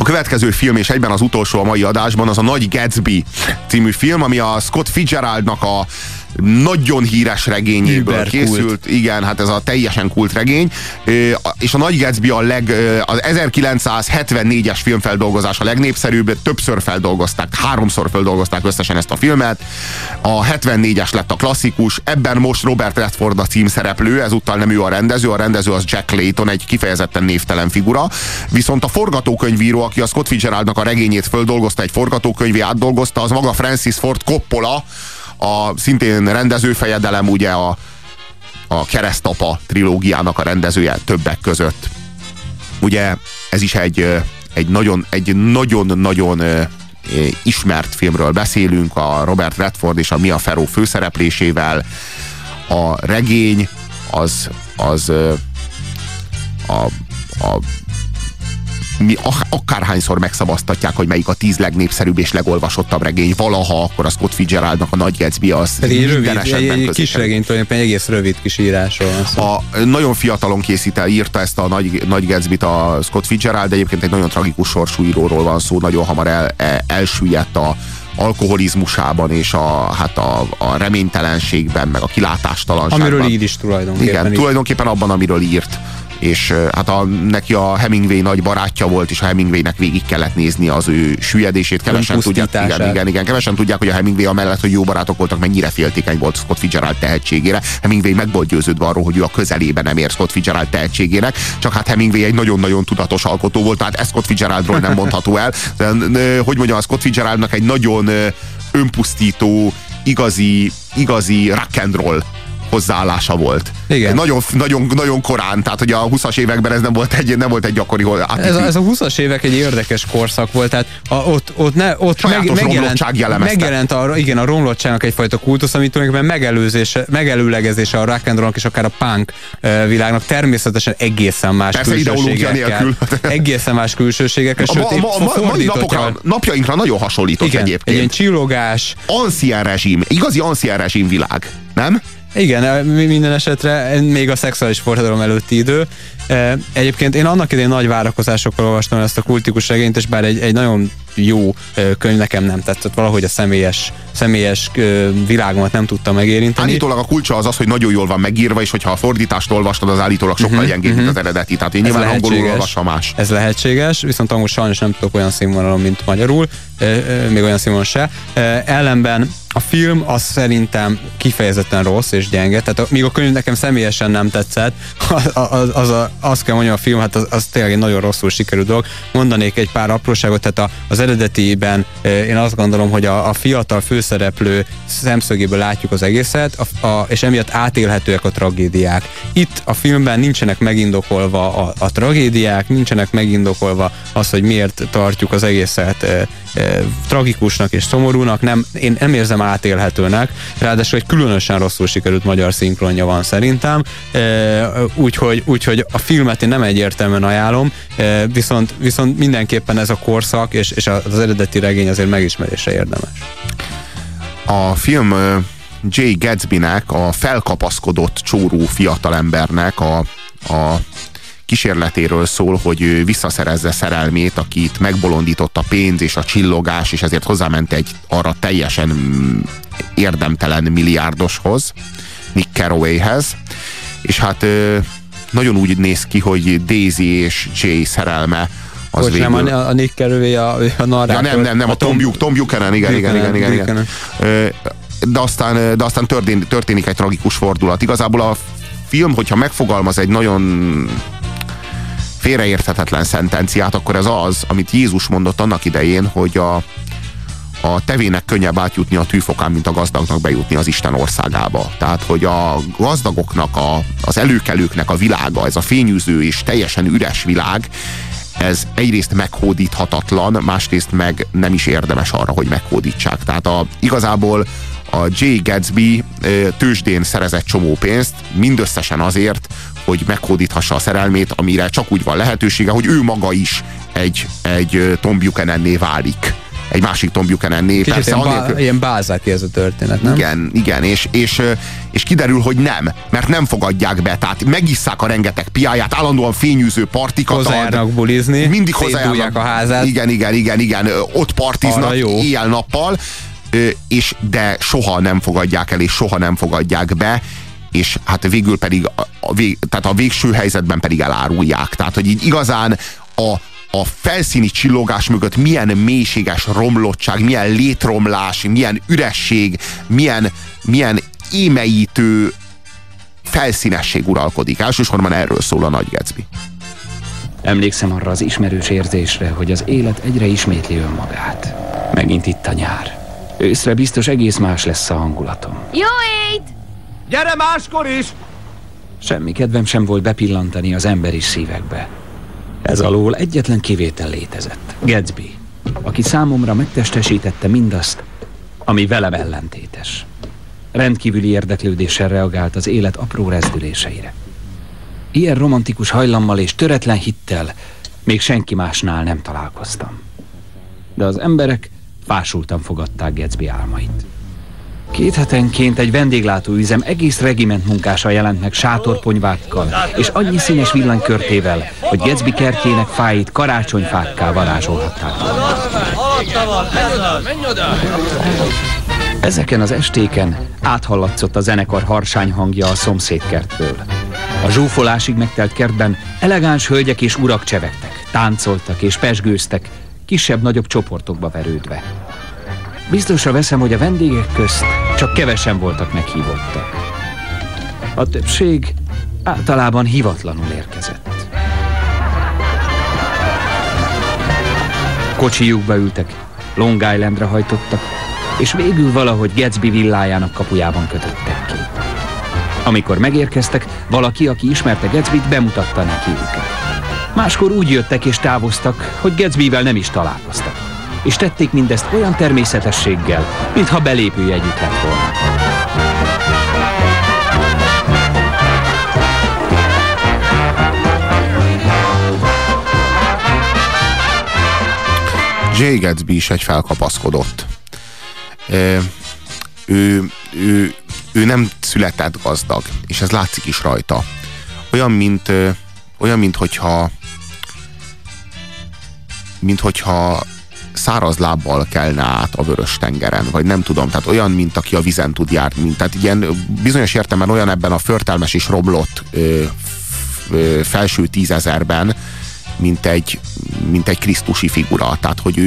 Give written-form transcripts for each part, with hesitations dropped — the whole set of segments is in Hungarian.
következő film, és egyben az utolsó a mai adásban, az a Nagy Gatsby című film, ami a Scott Fitzgeraldnak a nagyon híres regényéből készült. Igen, hát ez a teljesen kult regény. És a Nagy Gatsby az 1974-es filmfeldolgozás a legnépszerűbb, többször feldolgozták, 3-szor feldolgozták összesen ezt a filmet. A 74-es lett a klasszikus, ebben most Robert Redford a címszereplő, ezúttal nem ő a rendező az Jack Layton, egy kifejezetten névtelen figura. Viszont a forgatókönyvíró, aki a Scott Fitzgeraldnak a regényét földolgozta, egy forgatókönyvé átdolgozta, az maga Francis Ford Coppola, a szintén rendezőfejedelem, ugye a Keresztapa trilógiának a rendezője többek között. Ugye ez is egy nagyon-nagyon ismert filmről beszélünk, a Robert Redford és a Mia Farrow főszereplésével. A regény akárhányszor megszavaztatják, hogy melyik a 10 legnépszerűbb és legolvasottabb regény valaha, akkor a Scott Fitzgeraldnak a Nagy Gatsby az minden esetben egy kis regény, tulajdonképpen egész rövid kis írásról. Nagyon fiatalon írta ezt a Nagy Gatsbyt a Scott Fitzgerald, de egyébként egy nagyon tragikus sorsú íróról van szó, nagyon hamar elsüllyedt a alkoholizmusában és a reménytelenségben, meg a kilátástalanságban. Amiről ír is tulajdonképpen. Igen, tulajdonképpen abban, amiről írt. És hát neki a Hemingway nagy barátja volt, és a Hemingwaynek végig kellett nézni az ő süllyedését. Kevesen tudják, kevesen tudják, hogy a Hemingway amellett, hogy jó barátok voltak, mennyire féltékeny volt Scott Fitzgerald tehetségére. Hemingway meg volt győződve arról, hogy ő a közelében nem ér Scott Fitzgerald tehetségének, csak hát Hemingway egy nagyon-nagyon tudatos alkotó volt, tehát ezt Scott Fitzgeraldról nem mondható el. De, hogy mondjam, a Scott Fitzgeraldnak egy nagyon önpusztító, igazi rock and roll hozzáállása volt. Igen. Nagyon korán, tehát hogy a 20-as években ez nem volt egy gyakori ez a 20-as évek egy érdekes korszak volt, tehát ott megjelent a romlottságnak egyfajta kultusz, ami tulajdonképpen megelőlegezése a rock and rollnak és akár a punk világnak természetesen egészen más külsőségekkel. Egészen más külsőségekkel, sőt, napjainkra nagyon hasonlított egyébként. Egy ilyen csillogás. Ancien rezsim, igazi ancien rezsim világ, nem? Igen, minden esetre még a szexuális forradalom előtti idő. Egyébként én annak idején nagy várakozásokkal olvastam ezt a kultikus regényt, és bár egy nagyon jó könyv nekem nem tetszett, valahogy a személyes világomat nem tudta megérinteni. Állítólag a kulcsa az, hogy nagyon jól van megírva, és hogyha a fordítást olvastad, az állítólag sokkal gyengébb, mint az eredeti. Tehát én nyilván angolul olvasva más. Ez lehetséges, viszont angol sajnos nem tudok olyan színvonalon, mint magyarul, még olyan színvonalon se. Ellenben a film az szerintem kifejezetten rossz és gyenge, tehát míg a könyv nekem személyesen nem tetszett, azt kell mondjam, a film, hát az tényleg egy nagyon rosszul sikerült dolog. Mondanék egy pár apróságot, tehát az eredetiben én azt gondolom, hogy a fiatal főszereplő szemszögéből látjuk az egészet, és emiatt átélhetőek a tragédiák. Itt a filmben nincsenek megindokolva a tragédiák, nincsenek megindokolva az, hogy miért tartjuk az egészet tragikusnak és szomorúnak, én nem érzem átélhetőnek, ráadásul egy különösen rosszul sikerült magyar szinkronja van szerintem, úgyhogy a filmet én nem egyértelműen ajánlom, viszont mindenképpen ez a korszak és az eredeti regény azért megismerésre érdemes. A film Jay Gatsbynek, a felkapaszkodott csóró fiatalembernek a kísérletéről szól, hogy ő visszaszerezze szerelmét, akit megbolondított a pénz és a csillogás, és ezért hozzáment egy arra teljesen érdemtelen milliárdoshoz, Nick Carrawayhez, és hát nagyon úgy néz ki, hogy Daisy és Jay szerelme az végül... Nem, a Nick Carraway a narrátor. Ja, nem, a Tom Buchanan, igen. De aztán történik egy tragikus fordulat. Igazából a film, hogyha megfogalmaz egy nagyon félreérthetetlen szentenciát, akkor ez az, amit Jézus mondott annak idején, hogy a tevének könnyebb átjutni a tűfokán, mint a gazdagnak bejutni az Isten országába. Tehát, hogy a gazdagoknak, az előkelőknek a világa, ez a fényűző és teljesen üres világ, ez egyrészt meghódíthatatlan, másrészt meg nem is érdemes arra, hogy meghódítsák. Tehát igazából a Jay Gatsby tőzsdén szerezett csomó pénzt, mindösszesen azért, hogy meghódíthassa a szerelmét, amire csak úgy van lehetősége, hogy ő maga is egy Tom Buchananné válik. egy másik Tom Buchanan-nél. Persze, ilyen Balzac ez a történet, nem? Igen, és kiderül, hogy nem, mert nem fogadják be, tehát megisszák a rengeteg piáját, állandóan fényűző partikat hozzájárnak bulizni, mindig szétdúlják a házát. Igen, ott partiznak éjjel-nappal, de soha nem fogadják el, és soha nem fogadják be, és hát végül pedig tehát a végső helyzetben pedig elárulják. Tehát, hogy így igazán a felszíni csillogás mögött milyen mélységes romlottság, milyen létromlás, milyen üresség, milyen émeítő felszínesség uralkodik. Elsősorban erről szól a Nagy Gatsby. Emlékszem arra az ismerős érzésre, hogy az élet egyre ismétli önmagát. Megint itt a nyár. Őszre biztos egész más lesz a hangulatom. Jó ét! Gyere máskor is! Semmi kedvem sem volt bepillantani az emberi szívekbe. Ez alól egyetlen kivétel létezett. Gatsby, aki számomra megtestesítette mindazt, ami velem ellentétes. Rendkívüli érdeklődéssel reagált az élet apró rezdüléseire. Ilyen romantikus hajlammal és töretlen hittel még senki másnál nem találkoztam. De az emberek fásultan fogadták Gatsby álmait. 2 hetenként egy vendéglátóüzem egész regiment munkása jelent meg sátorponyvákkal és annyi színes villanykörtével, hogy Gatsby kertjének fáit karácsonyfákká varázsolhatták. Ezeken az estéken áthallatszott a zenekar harsány hangja a szomszédkertből. A zsúfolásig megtelt kertben elegáns hölgyek és urak csevegtek, táncoltak és pezsgőztek, kisebb-nagyobb csoportokba verődve. Biztosra veszem, hogy a vendégek közt csak kevesen voltak meghívottak. A többség általában hivatlanul érkezett. Kocsijukba ültek, Long Islandra hajtottak, és végül valahogy Gatsby villájának kapujában kötöttek ki. Amikor megérkeztek, valaki, aki ismerte Gatsbyt, bemutatta neki őket. Máskor úgy jöttek és távoztak, hogy Gatsbyvel nem is találkoztak. És tették mindezt olyan természetességgel, mintha belépőjegyük lett volna. Jay Gatsby is egy felkapaszkodott. Ő nem született gazdag, és ez látszik is rajta. Olyan, minthogyha száraz lábbal kelne át a Vörös-tengeren, vagy nem tudom, tehát olyan, mint aki a vízen tud járni. Tehát ilyen bizonyos értelemben olyan ebben a förtelmes és romlott felső 10 000-ben, mint egy krisztusi figura. Tehát, hogy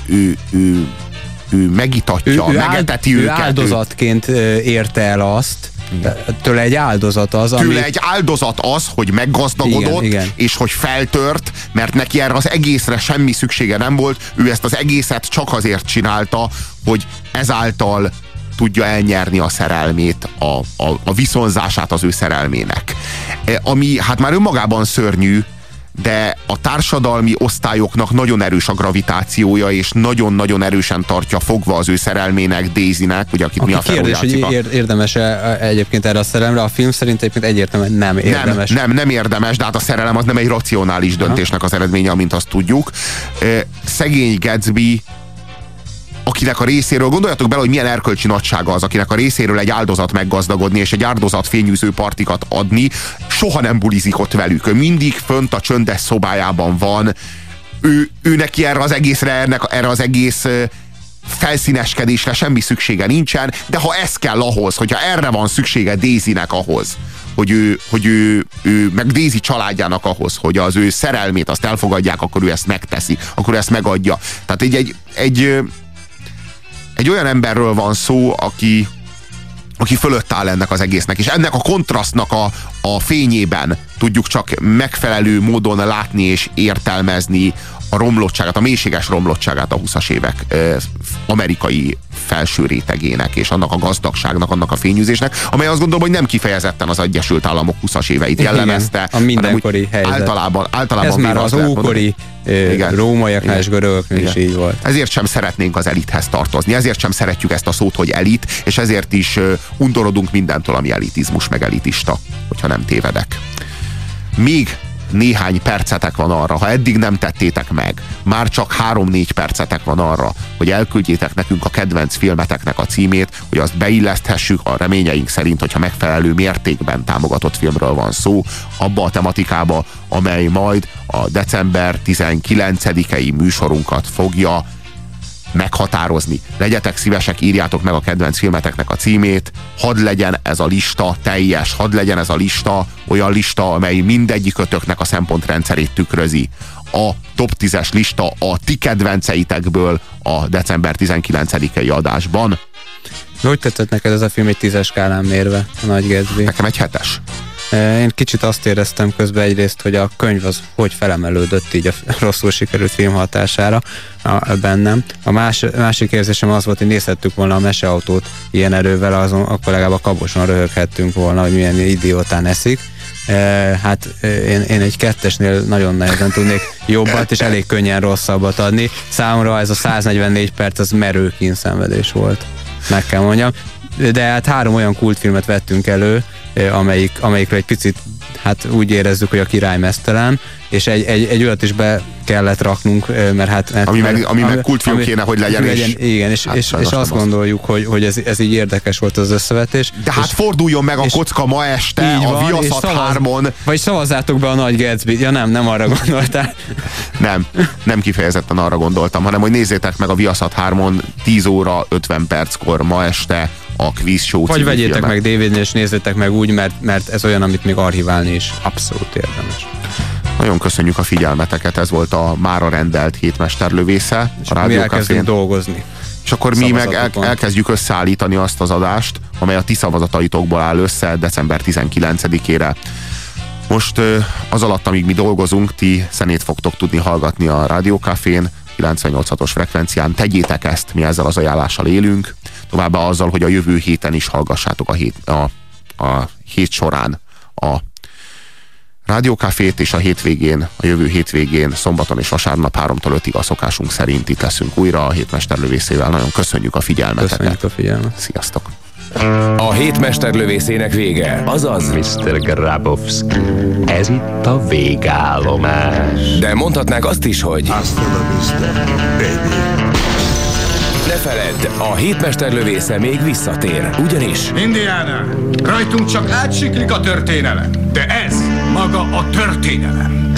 ő megitatja, megeteti őket. Ő áldozatként érte el azt, tőle egy áldozat az, egy áldozat az, hogy meggazdagodott, igen. És hogy feltört, mert neki erre az egészre semmi szüksége nem volt, ő ezt az egészet csak azért csinálta, hogy ezáltal tudja elnyerni a szerelmét, a viszonzását az ő szerelmének. Ami hát már önmagában szörnyű, de a társadalmi osztályoknak nagyon erős a gravitációja, és nagyon-nagyon erősen tartja fogva az ő szerelmének, Daisynek, ugye, akit mi a Feró játszik. Hogy érdemes-e egyébként erre a szerelemre? A film szerint egyébként egyértelműen nem érdemes. Nem érdemes, de hát a szerelem az nem egy racionális döntésnek az eredménye, amint azt tudjuk. Szegény Gatsby, akinek a részéről, gondoljatok bele, hogy milyen erkölcsi nagysága az, akinek a részéről egy áldozat meggazdagodni, és egy áldozat fényűző partikat adni, soha nem bulizik ott velük. Ő mindig fönt a csöndes szobájában van. Ő neki erre az egészre, erre az egész felszíneskedésre semmi szüksége nincsen, de ha ez kell ahhoz, hogyha erre van szüksége Daisynek ahhoz, hogy ő meg Daisy családjának ahhoz, hogy az ő szerelmét azt elfogadják, akkor ő ezt megteszi, akkor ezt megadja. Tehát egy olyan emberről van szó, aki fölött áll ennek az egésznek, és ennek a kontrasztnak a fényében tudjuk csak megfelelő módon látni és értelmezni a romlottságát, a mélységes romlottságát a 20-as évek amerikai felső rétegének, és annak a gazdagságnak, annak a fényűzésnek, amely azt gondolom, hogy nem kifejezetten az Egyesült Államok 20-as éveit jellemezte. A mindenkori helyzet. Általában ez már az ókori rómaiaknál és görögöknél is így volt. Ezért sem szeretnénk az elithez tartozni, ezért sem szeretjük ezt a szót, hogy elit, és ezért is undorodunk mindentől, ami elitizmus meg elitista, hogyha nem tévedek. Még néhány percetek van arra, ha eddig nem tettétek meg, már csak 3-4 percetek van arra, hogy elküldjétek nekünk a kedvenc filmeteknek a címét, hogy azt beilleszthessük a reményeink szerint, hogyha megfelelő mértékben támogatott filmről van szó, abba a tematikába, amely majd a december 19-i műsorunkat fogja meghatározni. Legyetek szívesek, írjátok meg a kedvenc filmeteknek a címét, hadd legyen ez a lista teljes, hadd legyen ez a lista olyan lista, amely mindegyikötöknek a szempontrendszerét tükrözi. A top 10-es lista a ti kedvenceitekből a december 19-i adásban. Hogy tetszett neked ez a film egy 10-es skálán mérve, a Nagy Gatsby? Nekem egy 7-es. Én kicsit azt éreztem közben egyrészt, hogy a könyv az hogy felemelődött így a rosszul sikerült film hatására bennem. A másik érzésem az volt, hogy nézhettük volna a Meseautót ilyen erővel, akkor legalább a kaboson röhöghettünk volna, hogy milyen idiótán eszik. Hát én egy 2-esnél nagyon nehezen tudnék jobbat, és elég könnyen rosszabbat adni. Számomra ez a 144 perc, az merő kínszenvedés volt, meg kell mondjam. De hát 3 olyan kultfilmet vettünk elő, amelyikről egy picit hát úgy érezzük, hogy a király meztelen, és egy olyat is be kellett raknunk, mert hát... Ami meg kultfilm kéne, hogy legyen. Igen, és azt gondoljuk, hogy ez így érdekes volt az összevetés. De hát forduljon meg a kocka ma este a Viaszat 3-on. Vagy szavazzátok be a Nagy Gatsby-t. Ja nem arra gondoltál. Nem kifejezetten arra gondoltam, hanem hogy nézzétek meg a Viaszat 3-on 10 óra 50 perckor ma este a Quiz Show. Vagy vegyétek meg DVD-n és nézzétek meg úgy, mert ez olyan, amit még archiválni is abszolút érdemes. Nagyon köszönjük a figyelmeteket, ez volt a mára rendelt hétmesterlövésze. És mi elkezdünk dolgozni. És akkor mi meg elkezdjük összeállítani azt az adást, amely a ti szavazataitokból áll össze december 19-ére. Most az alatt, amíg mi dolgozunk, ti zenét fogtok tudni hallgatni a Rádió Cafén 98.6-os frekvencián. Tegyétek ezt, mi ezzel az ajánlással élünk. Továbbá azzal, hogy a jövő héten is hallgassátok a hét során a Rádiókafét, és a jövő hétvégén, szombaton és vasárnap 3-tól 5-ig a szokásunk szerint itt leszünk újra a hétmesterlövészével. Nagyon köszönjük a figyelmeteket. Köszönjük a figyelmet. Sziasztok! A hétmesterlövészének vége, azaz Mr. Grabowski, ez itt a végállomás. De mondhatnák azt is, hogy Hasta la vista, baby. ne feledd, a hétmesterlövésze még visszatér, ugyanis Indiana, rajtunk csak átsiklik a történelem, de ez maga a történelem.